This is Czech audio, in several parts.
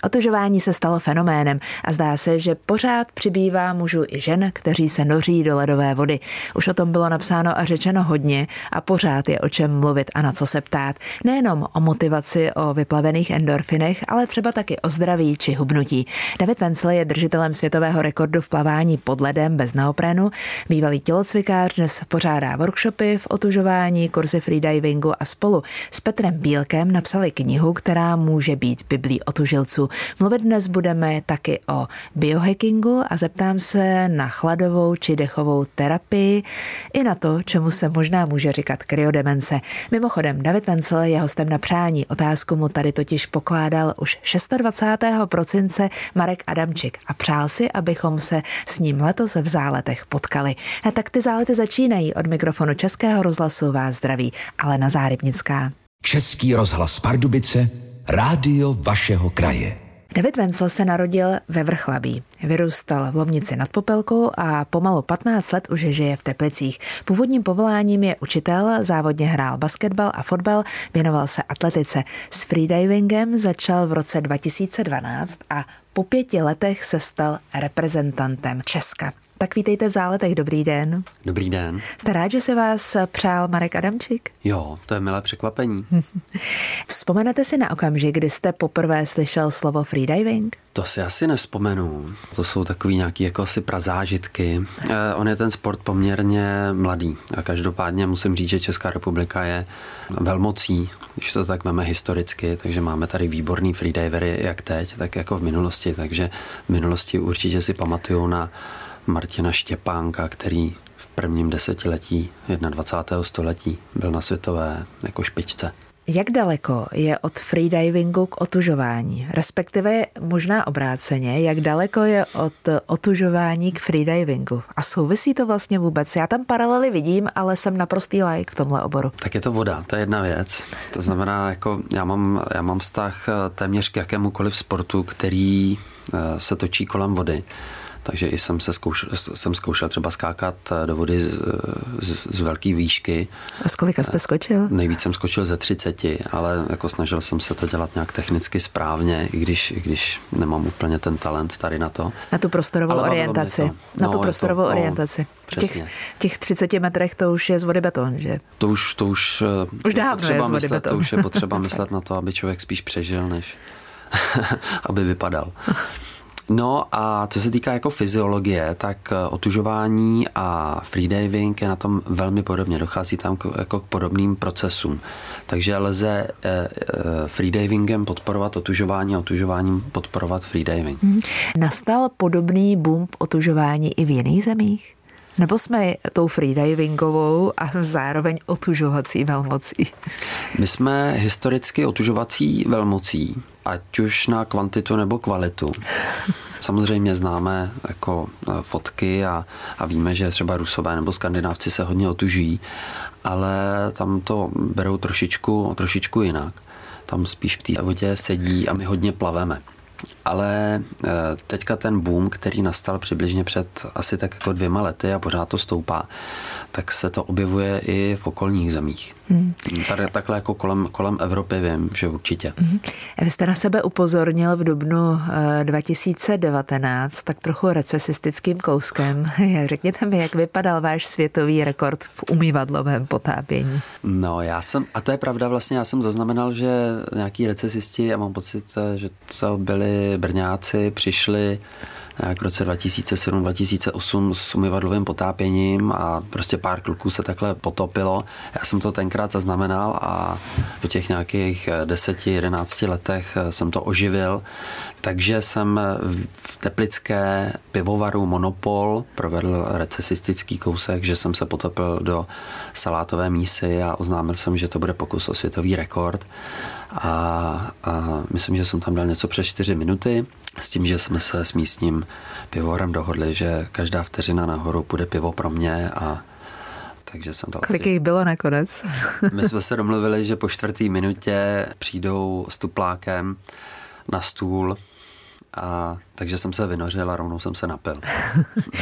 Otužování se stalo fenoménem a zdá se, že pořád přibývá mužů i žen, kteří se noří do ledové vody. Už o tom bylo napsáno a řečeno hodně a pořád je o čem mluvit a na co se ptát. Nejenom o motivaci, o vyplavených endorfinech, ale třeba taky o zdraví či hubnutí. David Wenzl je držitelem světového rekordu v plavání pod ledem bez neoprenu. Bývalý tělocvikář dnes pořádá workshopy v otužování, kurzy freedivingu a spolu s Petrem Bílkem napsali knihu, která může být biblí otužilců. Mluvit dnes budeme taky o biohackingu a zeptám se na chladovou či dechovou terapii i na to, čemu se možná může říkat kryodemence. Mimochodem, David Wenzl je hostem na přání. Otázku mu tady totiž pokládal už 26. prosince Marek Adamčik a přál si, abychom se s ním letos v záletech potkali. A tak ty zálety začínají. Od mikrofonu Českého rozhlasu vás zdraví Alena Zárybnická. Český rozhlas Pardubice, rádio vašeho kraje. David Wenzl se narodil ve Vrchlabí. Vyrůstal v Lomnici nad Popelkou a pomalu 15 let už žije v Teplicích. Původním povoláním je učitel, závodně hrál basketbal a fotbal, věnoval se atletice. S freedivingem začal v roce 2012 a po 5 letech se stal reprezentantem Česka. Tak vítejte v záletech, dobrý den. Dobrý den. Jste rád, že se vás přál Marek Adamčik? Jo, to je milé překvapení. Vzpomenete si na okamžik, kdy jste poprvé slyšel slovo freediving? To si asi nevzpomenu. To jsou takový nějaký jako asi prazážitky. On je ten sport poměrně mladý. A každopádně musím říct, že Česká republika je velmocí, když to tak veme historicky, takže máme tady výborný freedivery jak teď, tak jako v minulosti. Takže v minulosti určitě si pamatuju na Martina Štěpánka, který v prvním desetiletí 21. století byl na světové jako špičce. Jak daleko je od freedivingu k otužování? Respektive možná obráceně, jak daleko je od otužování k freedivingu? A souvisí to vlastně vůbec? Já tam paralely vidím, ale jsem naprostý laik v tomhle oboru. Tak je to voda, to je jedna věc. To znamená, jako já mám vztah téměř k jakémukoliv sportu, který se točí kolem vody. Takže i jsem zkoušel třeba skákat do vody z velké výšky. A z kolika jste skočil? Nejvíc jsem skočil ze 30, ale jako snažil jsem se to dělat nějak technicky správně, i když nemám úplně ten talent tady na to. Na tu prostorovou orientaci. Na tu prostorovou orientaci. V těch 30 metrech to už je z vody beton, že? To už dávno je z vody beton. To už je potřeba myslet na to, aby člověk spíš přežil, než aby vypadal. No a co se týká jako fyziologie, tak otužování a freediving je na tom velmi podobně. Dochází tam jako k podobným procesům. Takže lze freedivingem podporovat otužování a otužováním podporovat freediving. Nastal podobný boom v otužování i v jiných zemích? Nebo jsme tou freedivingovou a zároveň otužovací velmocí? My jsme historicky otužovací velmocí, ať už na kvantitu nebo kvalitu. Samozřejmě známe jako fotky a víme, že třeba Rusové nebo Skandinávci se hodně otužují, ale tam to berou trošičku jinak. Tam spíš v té vodě sedí a my hodně plaveme. Ale teďka ten boom, který nastal přibližně před asi tak jako 2 lety a pořád to stoupá, tak se to objevuje i v okolních zemích. Tady takhle jako kolem Evropy vím, že určitě. Vy jste na sebe upozornil v dubnu 2019 tak trochu recesistickým kouskem. Řekněte mi, jak vypadal váš světový rekord v umývadlovém potápění? No a to je pravda, vlastně já jsem zaznamenal, že nějaký recesisti, já mám pocit, že to byli Brňáci, přišli v roce 2007-2008 s umyvadlovým potápěním a prostě pár kluků se takhle potopilo. Já jsem to tenkrát zaznamenal a po těch nějakých 10-11 letech jsem to oživil. Takže jsem v teplické pivovaru Monopol provedl recesistický kousek, že jsem se potopil do salátové mísy a oznámil jsem, že to bude pokus o světový rekord. A myslím, že jsem tam dal něco přes 4 minuty s tím, že jsme se s místním pivovarem dohodli, že každá vteřina nahoru půjde pivo pro mě a takže jsem dal. Kolik jich bylo nakonec? My jsme se domluvili, že po 4. minutě přijdou s tuplákem na stůl, a takže jsem se vynořil a rovnou jsem se napil.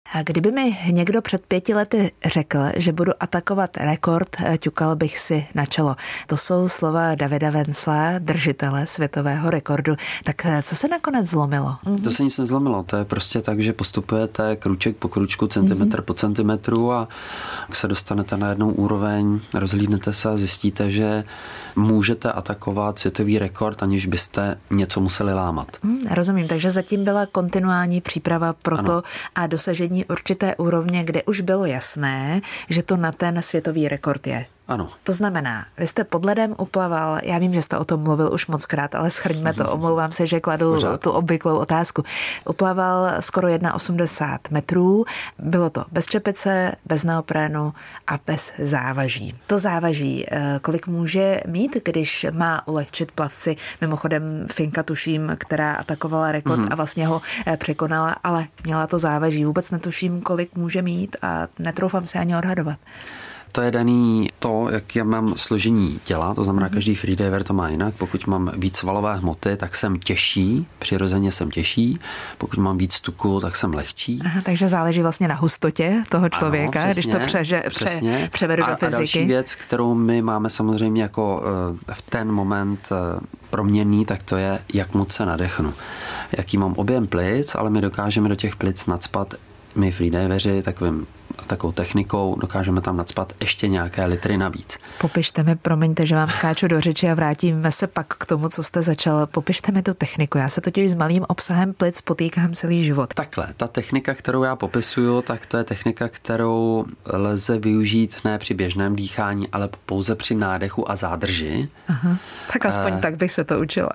A kdyby mi někdo před 5 lety řekl, že budu atakovat rekord, ťukal bych si na čelo. To jsou slova Davida Wenzla, držitele světového rekordu. Tak co se nakonec zlomilo? To se nic nezlomilo, to je prostě tak, že postupujete krůček po krůčku, centimetr po centimetru a se dostanete na jednou úroveň, rozhlídnete se a zjistíte, že můžete atakovat světový rekord, aniž byste něco museli lámat. Rozumím, takže zatím byla kontinuální příprava pro to a dosažení určité úrovně, kde už bylo jasné, že to na ten světový rekord je. Ano. To znamená, vy jste pod ledem uplaval, já vím, že jste o tom mluvil už mockrát, ale shrňme to, omlouvám se, že kladu tu obvyklou otázku. Uplaval skoro 1,80 metrů, bylo to bez čepice, bez neoprénu a bez závaží. To závaží, kolik může mít, když má ulehčit plavci, mimochodem Finka tuším, která atakovala rekord a vlastně ho překonala, ale měla to závaží. Vůbec netuším, kolik může mít a netroufám se ani odhadovat. To je daný to, jak já mám složení těla, to znamená, každý freediver to má jinak. Pokud mám víc svalové hmoty, tak jsem těžší, přirozeně jsem těžší. Pokud mám víc tuku, tak jsem lehčí. Aha, takže záleží vlastně na hustotě toho člověka, ano, přesně, když to převedu do fyziky. A další věc, kterou my máme samozřejmě jako v ten moment proměnný, tak to je, jak moc se nadechnu. Jaký mám objem plic, ale my dokážeme do těch plic nacpat, my freediveři, takovou technikou dokážeme tam nacpat ještě nějaké litry navíc. Popište mi, promiňte, že vám skáču do řeči a vrátíme se pak k tomu, co jste začal. Popište mi tu techniku. Já se totiž s malým obsahem plic potýkám celý život. Takhle, ta technika, kterou já popisuju, tak to je technika, kterou lze využít ne při běžném dýchání, ale pouze při nádechu a zádrži. Aha, tak aspoň tak bych se to učila.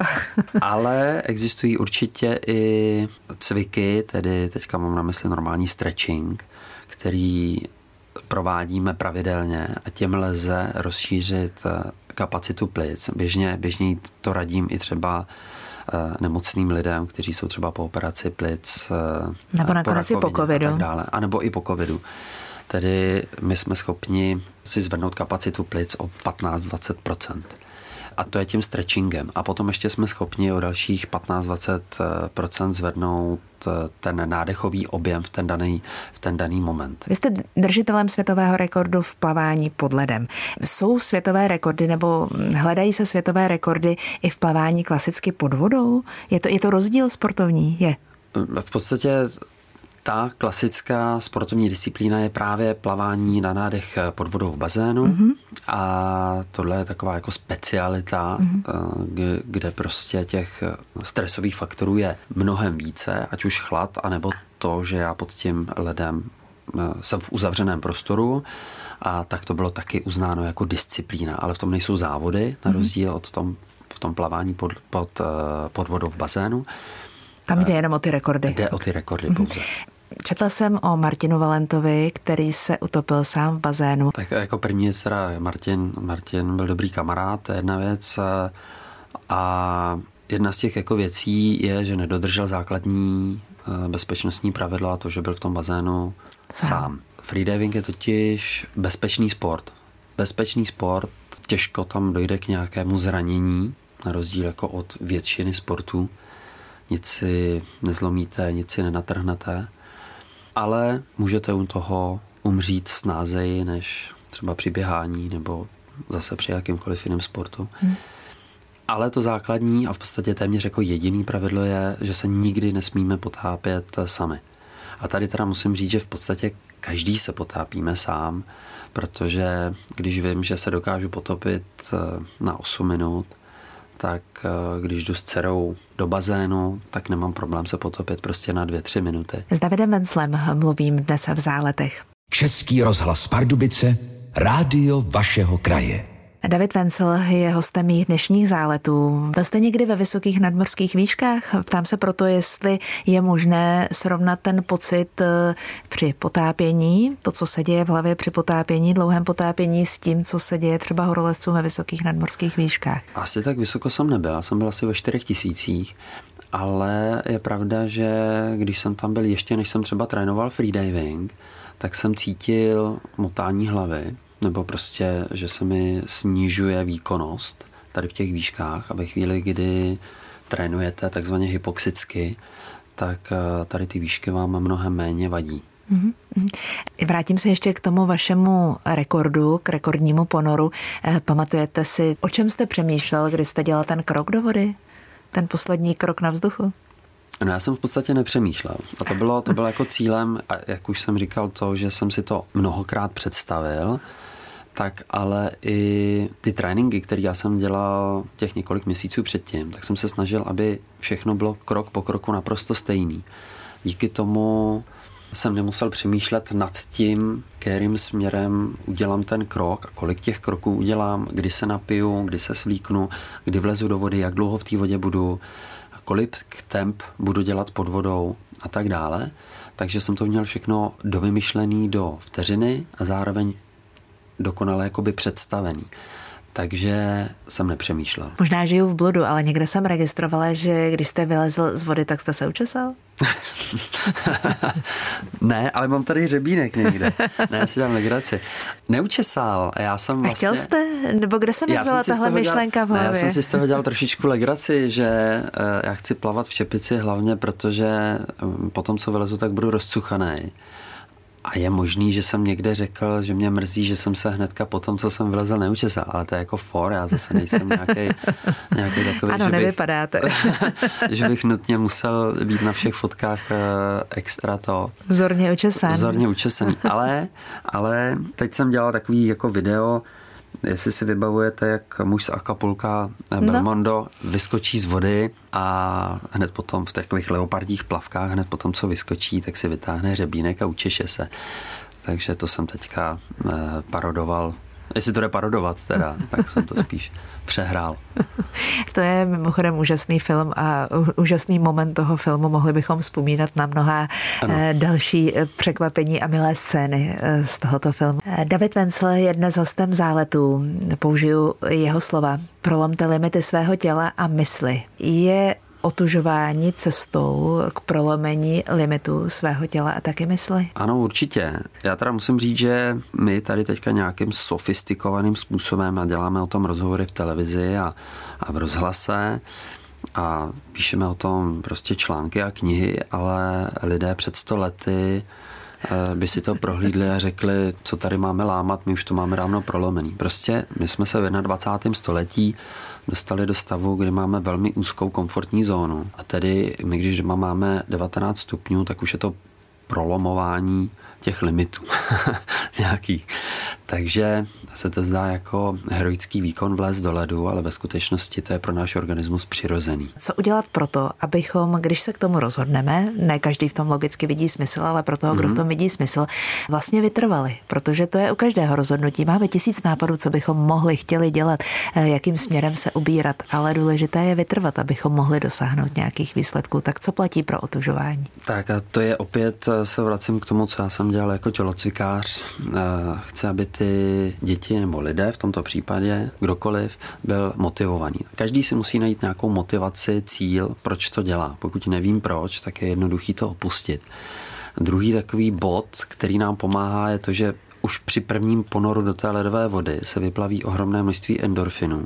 Ale existují určitě i cviky, tedy teďka mám na mysli normální stretching, který provádíme pravidelně a tím lze rozšířit kapacitu plic. Běžně to radím i třeba nemocným lidem, kteří jsou třeba po operaci plic. Nebo nakonec i po covidu. A tak dále. A nebo i po covidu. Tedy my jsme schopni si zvednout kapacitu plic o 15-20%. A to je tím stretchingem. A potom ještě jsme schopni o dalších 15-20% zvednout ten nádechový objem v ten daný moment. Vy jste držitelem světového rekordu v plavání pod ledem. Jsou světové rekordy nebo hledají se světové rekordy i v plavání klasicky pod vodou? Je to rozdíl sportovní? Je. V podstatě ta klasická sportovní disciplína je právě plavání na nádech pod vodou v bazénu a tohle je taková jako specialita, kde prostě těch stresových faktorů je mnohem více, ať už chlad, anebo to, že já pod tím ledem jsem v uzavřeném prostoru a tak to bylo taky uznáno jako disciplína, ale v tom nejsou závody, na rozdíl od v tom plavání pod vodou v bazénu. Tam jde jenom o ty rekordy. Jde o ty rekordy pouze. Četla jsem o Martinu Valentovi, který se utopil sám v bazénu. Tak jako první je teda Martin byl dobrý kamarád, to je jedna věc. A jedna z těch jako věcí je, že nedodržel základní bezpečnostní pravidla a to, že byl v tom bazénu sám. Freediving je totiž bezpečný sport. Bezpečný sport, těžko tam dojde k nějakému zranění, na rozdíl jako od většiny sportů. Nic si nezlomíte, nic si nenatrhnete, ale můžete u toho umřít snázeji než třeba při běhání nebo zase při jakýmkoliv jiném sportu. Ale to základní a v podstatě téměř jako jediný pravidlo je, že se nikdy nesmíme potápět sami. A tady teda musím říct, že v podstatě každý se potápíme sám, protože když vím, že se dokážu potopit na 8 minut, tak když jdu s dcerou do bazénu, tak nemám problém se potopit prostě na 2-3 minuty. S Davidem Wenzlem mluvím dnes v Záletech. Český rozhlas Pardubice, rádio vašeho kraje. David Wenzl je hostem mých dnešních záletů. Byl jste někdy ve vysokých nadmořských výškách? Ptám se proto, jestli je možné srovnat ten pocit při potápění, to, co se děje v hlavě při potápění, dlouhém potápění s tím, co se děje třeba horolezcům ve vysokých nadmořských výškách. Asi tak vysoko jsem nebyl, já jsem byl asi ve 4000, ale je pravda, že když jsem tam byl ještě, než jsem třeba trénoval freediving, tak jsem cítil motání hlavy, nebo prostě, že se mi snižuje výkonnost tady v těch výškách a ve chvíli, kdy trénujete takzvaně hypoxicky, tak tady ty výšky vám mnohem méně vadí. Vrátím se ještě k tomu vašemu rekordu, k rekordnímu ponoru. Pamatujete si, o čem jste přemýšlel, když jste dělal ten krok do vody? Ten poslední krok na vzduchu? No já jsem v podstatě nepřemýšlel. A to bylo jako cílem, a jak už jsem říkal to, že jsem si to mnohokrát představil, tak ale i ty tréninky, které já jsem dělal těch několik měsíců předtím, tak jsem se snažil, aby všechno bylo krok po kroku naprosto stejný. Díky tomu jsem nemusel přemýšlet nad tím, kterým směrem udělám ten krok a kolik těch kroků udělám, kdy se napiju, kdy se svlíknu, kdy vlezu do vody, jak dlouho v té vodě budu, kolik temp budu dělat pod vodou a tak dále. Takže jsem to měl všechno dovymyšlený do vteřiny a zároveň dokonale jakoby představený. Takže jsem nepřemýšlel. Možná žiju v bludu, ale někde jsem registrovala, že když jste vylezl z vody, tak jste se učesal? Ne, ale mám tady hřebínek někde. Ne, já si dám legraci. Neučesal. Já jsem vlastně... A chtěl jste? Nebo kde se mi vzala tahle myšlenka v hlavě? Já jsem si z toho dělal trošičku legraci, že já chci plavat v čepici hlavně, protože potom, co vylezu, tak budu rozcuchaný. A je možný, že jsem někde řekl, že mě mrzí, že jsem se hnedka po tom, co jsem vylezl, neučesal. Ale to je jako for, já zase nejsem nějaký takový, ano, nevypadáte. Že bych nutně musel být na všech fotkách extra to... Vzorně učesaný. Ale teď jsem dělal takový jako video, jestli si vybavujete, jak muž z Acapulca Belmondo vyskočí z vody a hned potom v takových leopardních plavkách, hned potom, co vyskočí, tak si vytáhne hřebínek a učeše se. Takže to jsem teďka parodoval. Jestli to jde parodovat teda, tak jsem to spíš přehrál. To je mimochodem úžasný film a úžasný moment toho filmu. Mohli bychom vzpomínat na mnohá další překvapení a milé scény z tohoto filmu. David Wenzl je dnes hostem Záletů. Použiju jeho slova. Prolomte limity svého těla a mysli. Je otužování cestou k prolomení limitů svého těla a taky mysli? Ano, určitě. Já teda musím říct, že my tady teďka nějakým sofistikovaným způsobem a děláme o tom rozhovory v televizi a v rozhlase a píšeme o tom prostě články a knihy, ale lidé před 100 lety by si to prohlídli a řekli, co tady máme lámat, my už to máme dávno prolomený. Prostě my jsme se v 21. století dostali do stavu, kdy máme velmi úzkou komfortní zónu. A tedy my, když doma máme 19 stupňů, tak už je to prolomování těch limitů nějakých. Takže se to zdá jako heroický výkon vlézt do ledu, ale ve skutečnosti to je pro náš organismus přirozený. Co udělat proto, abychom, když se k tomu rozhodneme, ne každý v tom logicky vidí smysl, ale pro toho, kdo v tom vidí smysl, vlastně vytrvali, protože to je u každého rozhodnutí. Máme 1000 nápadů, co bychom mohli, chtěli dělat, jakým směrem se ubírat, ale důležité je vytrvat, abychom mohli dosáhnout nějakých výsledků. Tak co platí pro otužování? Tak a to je opět, se vracím k tomu, co já jsem dělal jako tělocvikář. Chci, aby ty děti nebo lidé, v tomto případě kdokoliv, byl motivovaný. Každý si musí najít nějakou motivaci, cíl, proč to dělá. Pokud nevím proč, tak je jednoduchý to opustit. Druhý takový bod, který nám pomáhá, je to, že už při prvním ponoru do té ledové vody se vyplaví ohromné množství endorfinů.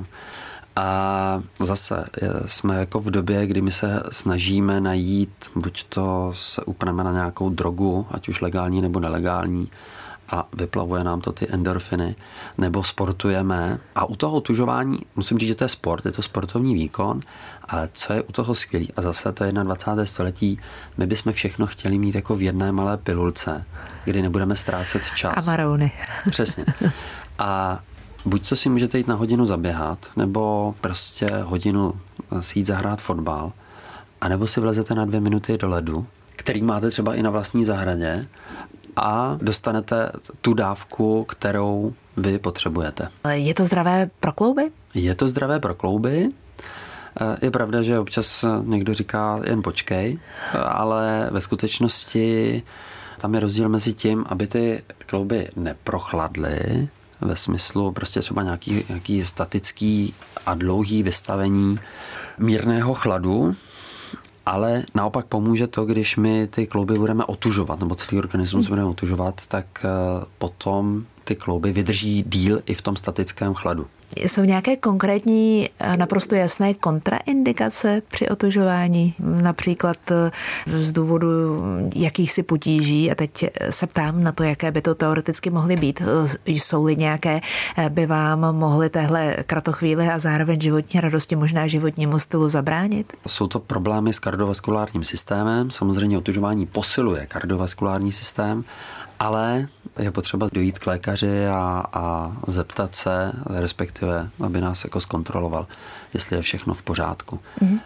A zase jsme jako v době, kdy my se snažíme najít, buď to se upneme na nějakou drogu, ať už legální nebo nelegální, a vyplavuje nám to ty endorfiny, nebo sportujeme. A u toho otužování, musím říct, že to je sport, je to sportovní výkon, ale co je u toho skvělý, a zase to je 21. století, my bychom všechno chtěli mít jako v jedné malé pilulce, kdy nebudeme ztrácet čas. A marouny. Přesně. A buď to si můžete jít na hodinu zaběhat, nebo prostě hodinu si jít zahrát fotbal, anebo si vlezete na 2 minuty do ledu, který máte třeba i na vlastní zahradě, a dostanete tu dávku, kterou vy potřebujete. Je to zdravé pro klouby? Je to zdravé pro klouby. Je pravda, že občas někdo říká jen počkej, ale ve skutečnosti tam je rozdíl mezi tím, aby ty klouby neprochladly, ve smyslu prostě třeba nějaký statický a dlouhý vystavení mírného chladu, ale naopak pomůže to, když my ty klouby budeme otužovat, nebo celý organismus budeme otužovat, tak potom ty klouby vydrží díl i v tom statickém chladu. Jsou nějaké konkrétní, naprosto jasné kontraindikace při otužování? Například z důvodu jakýchsi potíží, a teď se ptám na to, jaké by to teoreticky mohly být. Jsou-li nějaké, by vám mohly téhle kratochvíli a zároveň životní radosti, možná životnímu stylu zabránit? Jsou to problémy s kardiovaskulárním systémem. Samozřejmě otužování posiluje kardiovaskulární systém, ale je potřeba dojít k lékaři a zeptat se, respektive, aby nás jako zkontroloval, jestli je všechno v pořádku.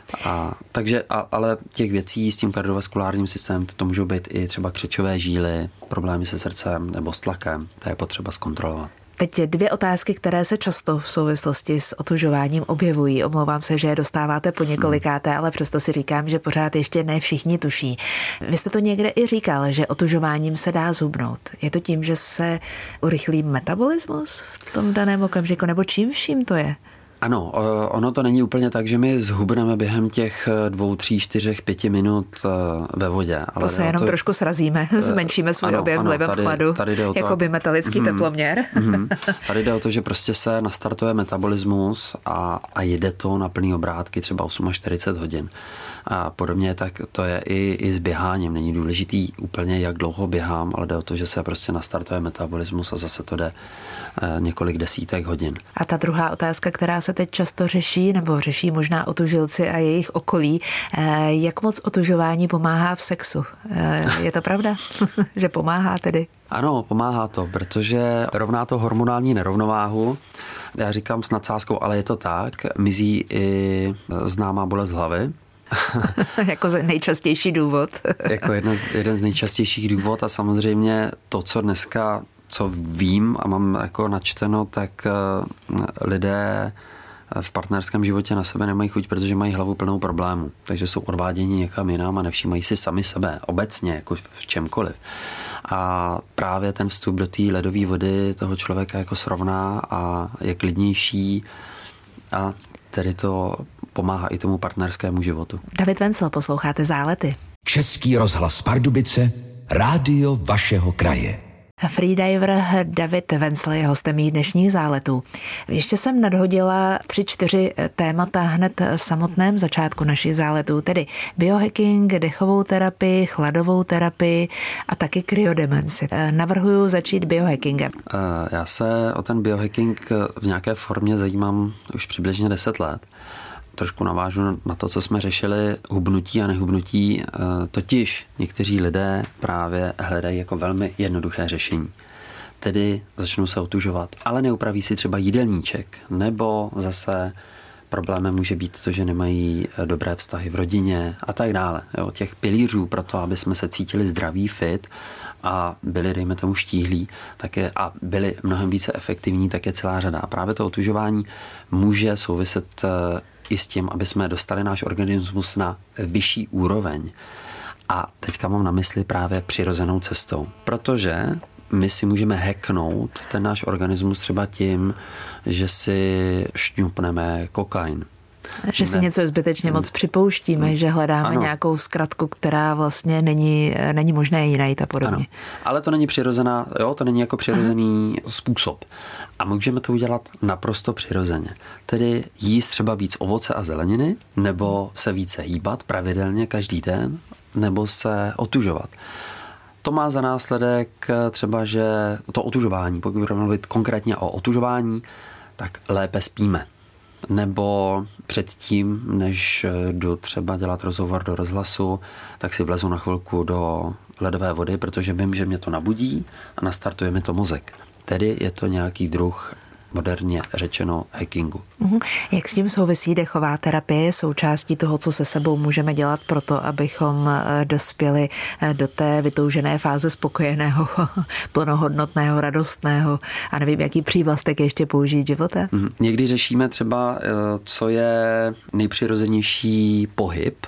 Ale těch věcí s tím kardiovaskulárním systémem, to můžou být i třeba křečové žíly, problémy se srdcem nebo s tlakem, to je potřeba zkontrolovat. Teď 2 otázky, které se často v souvislosti s otužováním objevují. Omlouvám se, že je dostáváte po několikáté, ale přesto si říkám, že pořád ještě ne všichni tuší. Vy jste to někde i říkal, že otužováním se dá zhubnout. Je to tím, že se urychlí metabolismus v tom daném okamžiku, nebo čím vším to je? Ano, ono to není úplně tak, že my zhubneme během těch 2, 3, 4, 5 minut ve vodě. Ale to se jenom trošku srazíme, zmenšíme svůj objem vlivem chladu, jako by metalický teploměr. Tady jde o to, že prostě se nastartuje metabolismus a jede to na plný obrátky třeba 48 hodin. A podobně tak to je i s běháním. Není důležitý úplně, jak dlouho běhám, ale jde o to, že se prostě nastartuje metabolismus a zase to jde několik desítek hodin. A ta druhá otázka, která se teď často řeší, nebo řeší možná otužilci a jejich okolí, jak moc otužování pomáhá v sexu? Je to pravda, že pomáhá tedy? Ano, pomáhá to, protože rovná to hormonální nerovnováhu. Já říkám s nadsázkou, ale je to tak. Mizí i známá bolest hlavy. Jako nejčastější důvod. Jako jeden z nejčastějších důvod a samozřejmě to, co dneska, co vím a mám jako načteno, tak lidé v partnerském životě na sebe nemají chuť, protože mají hlavu plnou problémů. Takže jsou odváděni někam jinam a nevšímají si sami sebe obecně, jako v čemkoliv. A právě ten vstup do té ledové vody toho člověka jako srovná a je klidnější a tedy to pomáhá i tomu partnerskému životu. David Wenzl, posloucháte Zálety. Český rozhlas Pardubice, rádio vašeho kraje. Freediver David Wenzl je hostem mých dnešních záletů. Ještě jsem nadhodila 3-4 témata hned v samotném začátku našich záletů, tedy biohacking, dechovou terapii, chladovou terapii a taky kryodemenci. Navrhuju začít biohackingem. Já se o ten biohacking v nějaké formě zajímám už přibližně 10 let. Trošku navážu na to, co jsme řešili, hubnutí a nehubnutí. Totiž někteří lidé právě hledají jako velmi jednoduché řešení. Tedy začnou se otužovat, ale neupraví si třeba jídelníček, nebo zase problémem může být to, že nemají dobré vztahy v rodině a tak dále. Jo, těch pilířů pro to, aby jsme se cítili zdraví, fit a byli, dejme tomu, štíhlí a byli mnohem více efektivní, tak je celá řada. A právě to otužování může souviset i s tím, aby jsme dostali náš organismus na vyšší úroveň. A teďka mám na mysli právě přirozenou cestou. Protože my si můžeme hacknout ten náš organismus třeba tím, že si šňupneme kokain. Že si něco zbytečně moc připouštíme, že hledáme nějakou zkratku, která vlastně není možné ji najít a podobně. Ano. Ale to není přirozená, to není jako přirozený způsob. A můžeme to udělat naprosto přirozeně. Tedy jíst třeba víc ovoce a zeleniny, nebo se více hýbat pravidelně každý den, nebo se otužovat. To má za následek třeba, že to otužování, pokud budeme mluvit konkrétně o otužování, tak lépe spíme. Nebo předtím, než jdu třeba dělat rozhovor do rozhlasu, tak si vlezu na chvilku do ledové vody, protože vím, že mě to nabudí a nastartuje mi to mozek. Tedy je to nějaký druh, moderně řečeno, hackingu. Jak s tím souvisí dechová terapie? Je součástí toho, co se sebou můžeme dělat pro to, abychom dospěli do té vytoužené fáze spokojeného, plnohodnotného, radostného a nevím, jaký přívlastek ještě použít života? Někdy řešíme třeba, co je nejpřirozenější pohyb,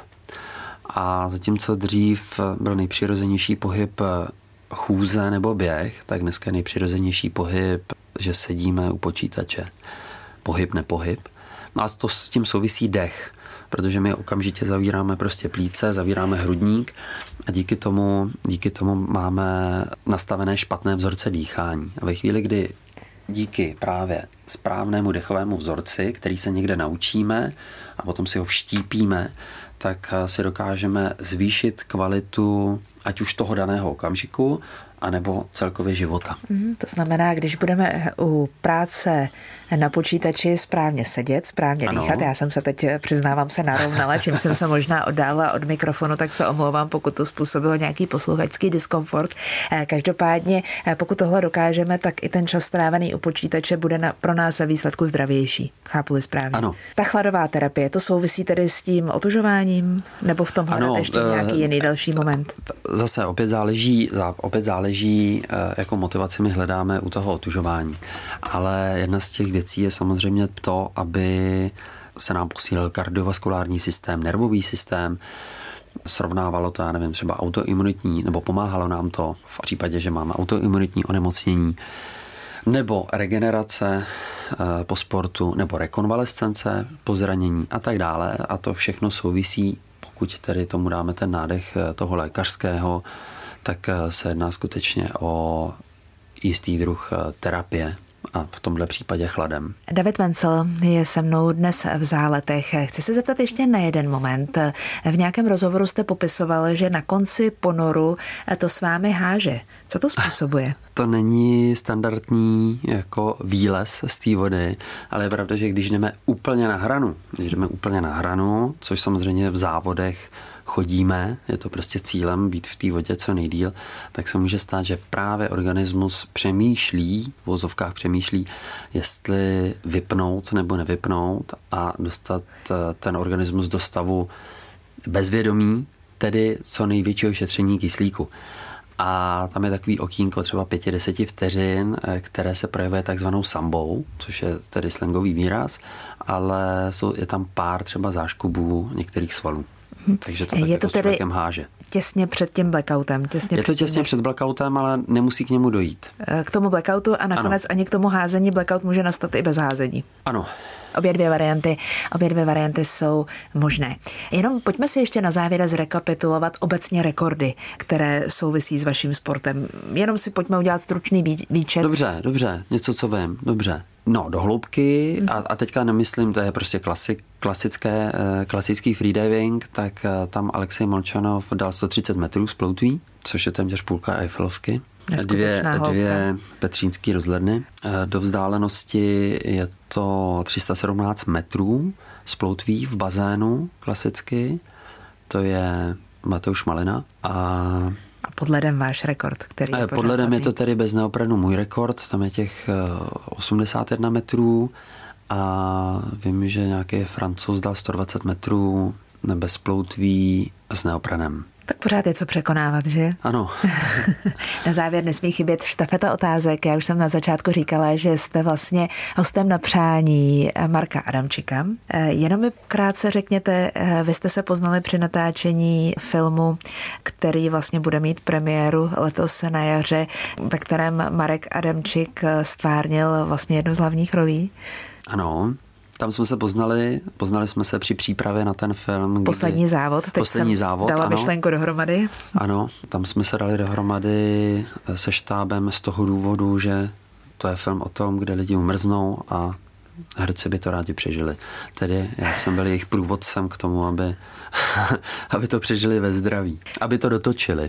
a zatímco dřív byl nejpřirozenější pohyb chůze nebo běh, tak dneska je nejpřirozenější pohyb, že sedíme u počítače. Pohyb, nepohyb. No a to s tím souvisí dech. protože my okamžitě zavíráme prostě plíce, zavíráme hrudník a díky tomu máme nastavené špatné vzorce dýchání. A ve chvíli, kdy díky právě správnému dechovému vzorci, který se někde naučíme a potom si ho vštípíme, tak si dokážeme zvýšit kvalitu ať už toho daného okamžiku, anebo celkově života. To znamená, když budeme u práce na počítači správně sedět, správně dýchat, já jsem se teď, přiznávám se, narovnala, čím jsem se možná oddálila od mikrofonu, tak se omlouvám, pokud to způsobilo nějaký posluchačský diskomfort. Každopádně, pokud tohle dokážeme, tak i ten čas strávený u počítače bude pro nás ve výsledku zdravější. Chápu-li správně? Ano. Ta chladová terapie, to souvisí tedy s tím otužováním, nebo v tom hledáte ještě nějaký jiný další moment? Zase opět záleží, jakou motivaci my hledáme u toho otužování. Ale jedna z těch věcí je samozřejmě to, aby se nám posílil kardiovaskulární systém, nervový systém, srovnávalo to, já nevím, třeba autoimunitní, nebo pomáhalo nám to v případě, že máme autoimunitní onemocnění, nebo regenerace po sportu, nebo rekonvalescence po zranění a tak dále. A to všechno souvisí, pokud tedy tomu dáme ten nádech toho lékařského, tak se jedná skutečně o jistý druh terapie a v tomhle případě chladem. David Wenzl je se mnou dnes v Záletech. Chci se zeptat ještě na jeden moment. V nějakém rozhovoru jste popisoval, že na konci ponoru to s vámi háže. Co to způsobuje? To není standardní jako výlez z té vody, ale je pravda, že když jdeme úplně na hranu, což samozřejmě v závodech chodíme, je to prostě cílem být v té vodě co nejdýl, tak se může stát, že právě organismus přemýšlí, v vozovkách přemýšlí, jestli vypnout nebo nevypnout a dostat ten organismus do stavu bezvědomí, tedy co největšího šetření kyslíku. A tam je takový okýnko třeba 5-10 vteřin, které se projevuje takzvanou sambou, což je tedy slangový výraz, ale je tam pár třeba záškubů některých svalů. Takže to tak je jako to tedy člověkem háže. Těsně před tím blackoutem. Je to těsně před blackoutem, ale nemusí k němu dojít. K tomu blackoutu a nakonec ani k tomu házení blackout může nastat i bez házení. Ano. Obě dvě varianty jsou možné. Jenom pojďme si ještě na závěr zrekapitulovat obecně rekordy, které souvisí s vaším sportem. Jenom si pojďme udělat stručný výčet. Dobře, něco, co vím, dobře. No, do hloubky, a teďka nemyslím, to je prostě klasický freediving, tak tam Alexej Molčanov dal 130 metrů z ploutví, což je téměř půlka Eiffelovky. Dvě petřínský rozhledny. Do vzdálenosti je to 317 metrů z ploutví v bazénu klasicky. To je Mateusz Malina. A pod ledem váš rekord, který je pod ledem je to tedy bez neoprenu můj rekord, tam je těch 81 metrů a vím, že nějaký Francouz dal 120 metrů bez ploutví s neoprenem. Tak pořád je co překonávat, že? Ano. Na závěr nesmí chybět štafeta otázek. Já už jsem na začátku říkala, že jste vlastně hostem na přání Marka Adamčika. Jenom mi krátce řekněte, vy jste se poznali při natáčení filmu, který vlastně bude mít premiéru letos na jaře, ve kterém Marek Adamčik stvárnil vlastně jednu z hlavních rolí. Ano. Tam jsme se poznali jsme se při přípravě na ten film. Poslední závod, dala myšlenku dohromady. Ano, tam jsme se dali dohromady se štábem z toho důvodu, že to je film o tom, kde lidi umrznou a herci by to rádi přežili. Tedy já jsem byl jejich průvodcem k tomu, aby to přežili ve zdraví. Aby to dotočili.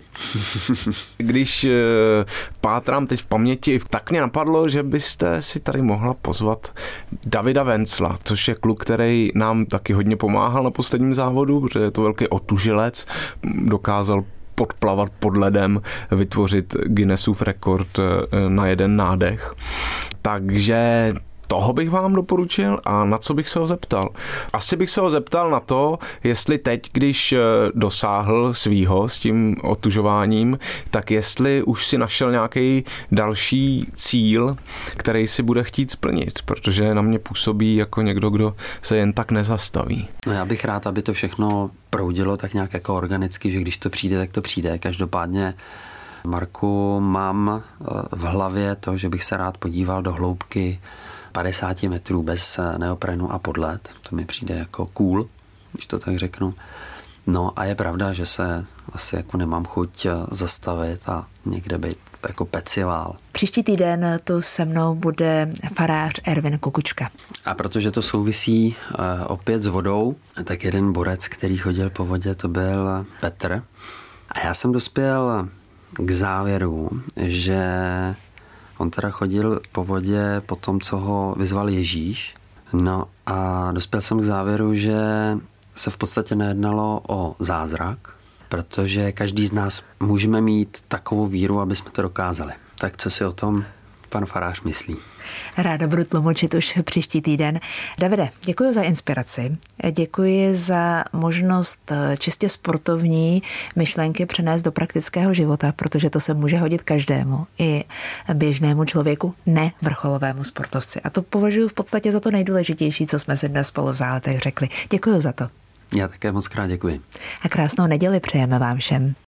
Když pátrám teď v paměti, tak mě napadlo, že byste si tady mohla pozvat Davida Wenzla, což je kluk, který nám taky hodně pomáhal na posledním závodu, protože je to velký otužilec, dokázal podplavat pod ledem, vytvořit Guinnessův rekord na jeden nádech. Takže toho bych vám doporučil a na co bych se ho zeptal? Asi bych se ho zeptal na to, jestli teď, když dosáhl svýho s tím otužováním, tak jestli už si našel nějaký další cíl, který si bude chtít splnit, protože na mě působí jako někdo, kdo se jen tak nezastaví. No já bych rád, aby to všechno proudilo tak nějak jako organicky, že když to přijde, tak to přijde. Každopádně, Marku, mám v hlavě to, že bych se rád podíval do hloubky 50 metrů bez neoprenu a pod led. To mi přijde jako cool. když to tak řeknu. No a je pravda, že se asi jako nemám chuť zastavit a někde být jako pecivál. Příští týden tu se mnou bude farář Ervin Kukučka. A protože to souvisí opět s vodou, tak jeden borec, který chodil po vodě, to byl Petr. A já jsem dospěl k závěru, že on teda chodil po vodě po tom, co ho vyzval Ježíš. No a dospěl jsem k závěru, že se v podstatě nejednalo o zázrak, protože každý z nás můžeme mít takovou víru, aby jsme to dokázali. Tak co si o tom pan farář myslí? Ráda budu tlumočit už příští týden. Davide, děkuji za inspiraci, děkuji za možnost čistě sportovní myšlenky přenést do praktického života, protože to se může hodit každému, i běžnému člověku, ne vrcholovému sportovci. A to považuji v podstatě za to nejdůležitější, co jsme si dnes spolu v Záletech řekli. Děkuji za to. Já také moc krát děkuji. A krásnou neděli přejeme vám všem.